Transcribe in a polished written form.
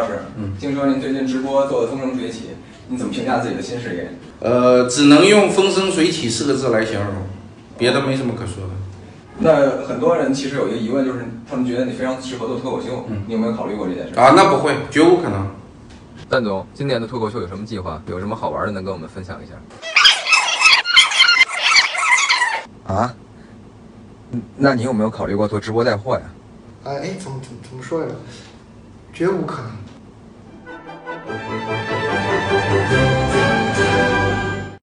听说您最近直播做的风生水起，你怎么评价自己的新事业？ 只能用风生水起4个字来形容，别的没什么可说的。 那很多人其实有一个疑问，就是他们觉得你非常适合做脱口秀，你有没有考虑过这件事？ 啊，那不会，绝无可能。 蛋总，今年的脱口秀有什么计划？有什么好玩的能跟我们分享一下？啊？那你有没有考虑过做直播带货呀？ 怎么说呀？绝无可能。